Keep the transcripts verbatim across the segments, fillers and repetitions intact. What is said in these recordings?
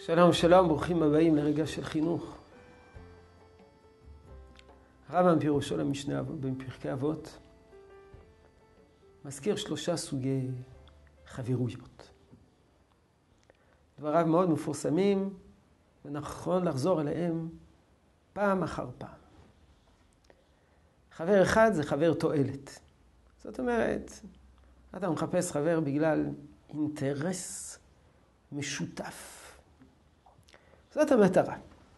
שלום שלום, ברוכים הבאים לרגע של חינוך. הרמב"ם פירושו למשנה בפרקי אבות מזכיר שלושה סוגי חברויות. דבריו מאוד מפורסמים ונכון לחזור אליהם פעם אחר פעם. חבר אחד זה חבר תועלת. זאת אומרת, אתה מחפש חבר בגלל אינטרס משותף. זאת המטרה.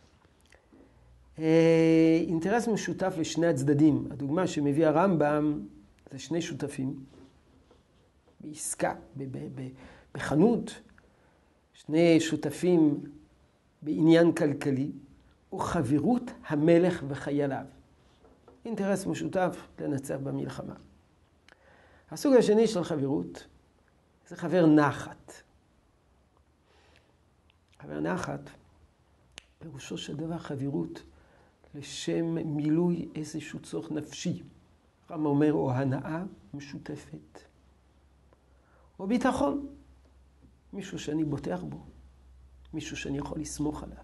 אינטרס משותף לשני הצדדים. הדוגמה שמביא הרמב"ם זה שני שותפים בעסקה, בחנות, שני שותפים בעניין כלכלי, או חברות המלך וחייליו. אינטרס משותף לנצח במלחמה. הסוג השני של חברות זה חבר נחת. חבר נחת פירושו של דבר חברות לשם מילוי איזשהו צורך נפשי. הרמב"ם אומר או הנאה משותפת, או ביטחון. מישהו שאני בוטח בו, מישהו שאני יכול לסמוך עליו.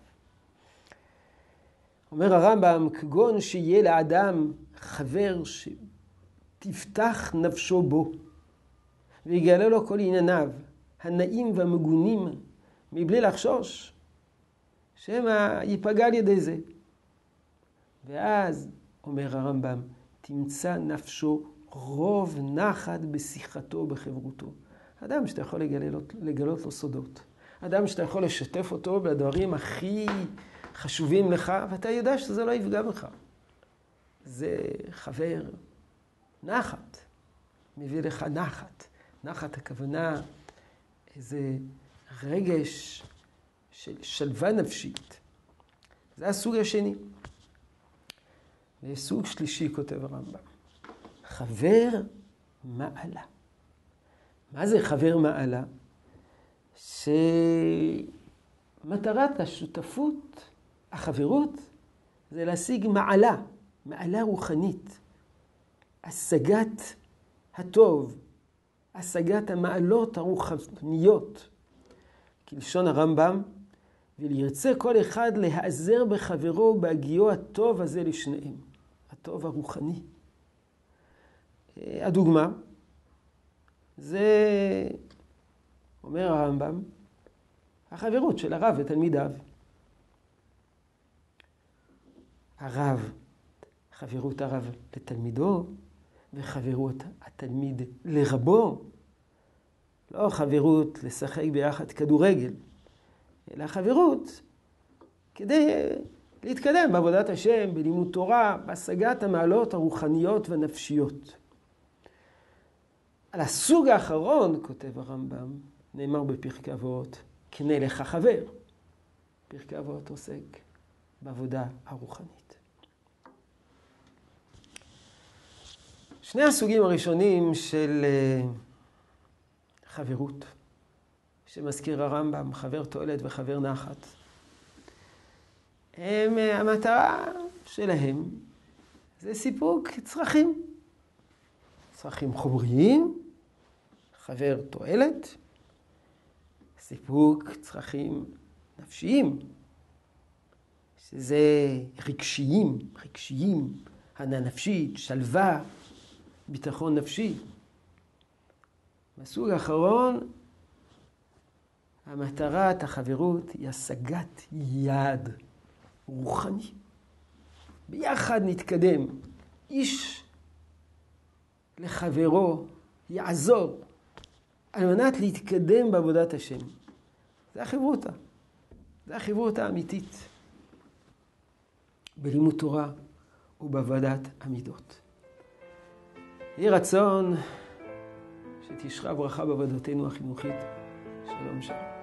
אומר הרמב"ם, כגון שיהיה לאדם חבר שתפתח נפשו בו, ויגלה לו כל ענייניו, הנאים והמגונים, מבלי לחשוש, שמא ייפגע על ידי זה. ואז, אומר הרמב"ם, תמצא נפשו רוב נחת בשיחתו ובחברותו. אדם שאתה יכול לגלות, לגלות לו סודות. אדם שאתה יכול לשתף אותו בדברים הכי חשובים לך, ואתה יודע שזה לא יפגע בך. זה חבר נחת. מביא לך נחת. נחת הכוונה איזה רגש של שלווה נפשית. זה הסוג השני. וסוג שלישי כותב הרמב"ם. חבר מעלה. מה זה חבר מעלה? שמטרת השותפות, החברות, זה להשיג מעלה, מעלה רוחנית. השגת הטוב, השגת המעלות הרוחניות. כלשון הרמב"ם, ולרצה כל אחד להיעזר בחברו בהגיעו הטוב הזה לשניהם. הטוב הרוחני. הדוגמה, זה, אומר הרמב"ם, החברות של הרב ותלמידיו. הרב, חברות הרב לתלמידו, וחברות התלמיד לרבו. לא חברות לשחק ביחד כדורגל, אלא חברות כדי להתקדם בעבודת השם, בלימוד תורה, בהשגת המעלות הרוחניות והנפשיות. על הסוג האחרון, כותב הרמב"ם, נאמר בפרקי אבות, קנה לך חבר. פרקי אבות עוסק בעבודה הרוחנית. שני הסוגים הראשונים של חברות, שמזכיר הרמב"ם, חבר תועלת וחבר נחת, הם, המטרה שלהם זה סיפוק צרכים. צרכים חומריים, חבר תועלת, סיפוק צרכים נפשיים, שזה רגשיים, רגשיים, הנאה נפשית, שלווה, ביטחון נפשי. בסוג האחרון, המטרת החברות היא השגת יעד רוחני. ביחד נתקדם. איש לחברו יעזור על מנת להתקדם בעבודת השם. זה החברותה. זה החברותה האמיתית. בלימוד תורה ובעבודת המידות. יהי רצון שתשרה ברכה בעבודתנו החינוכית. שלום שלום.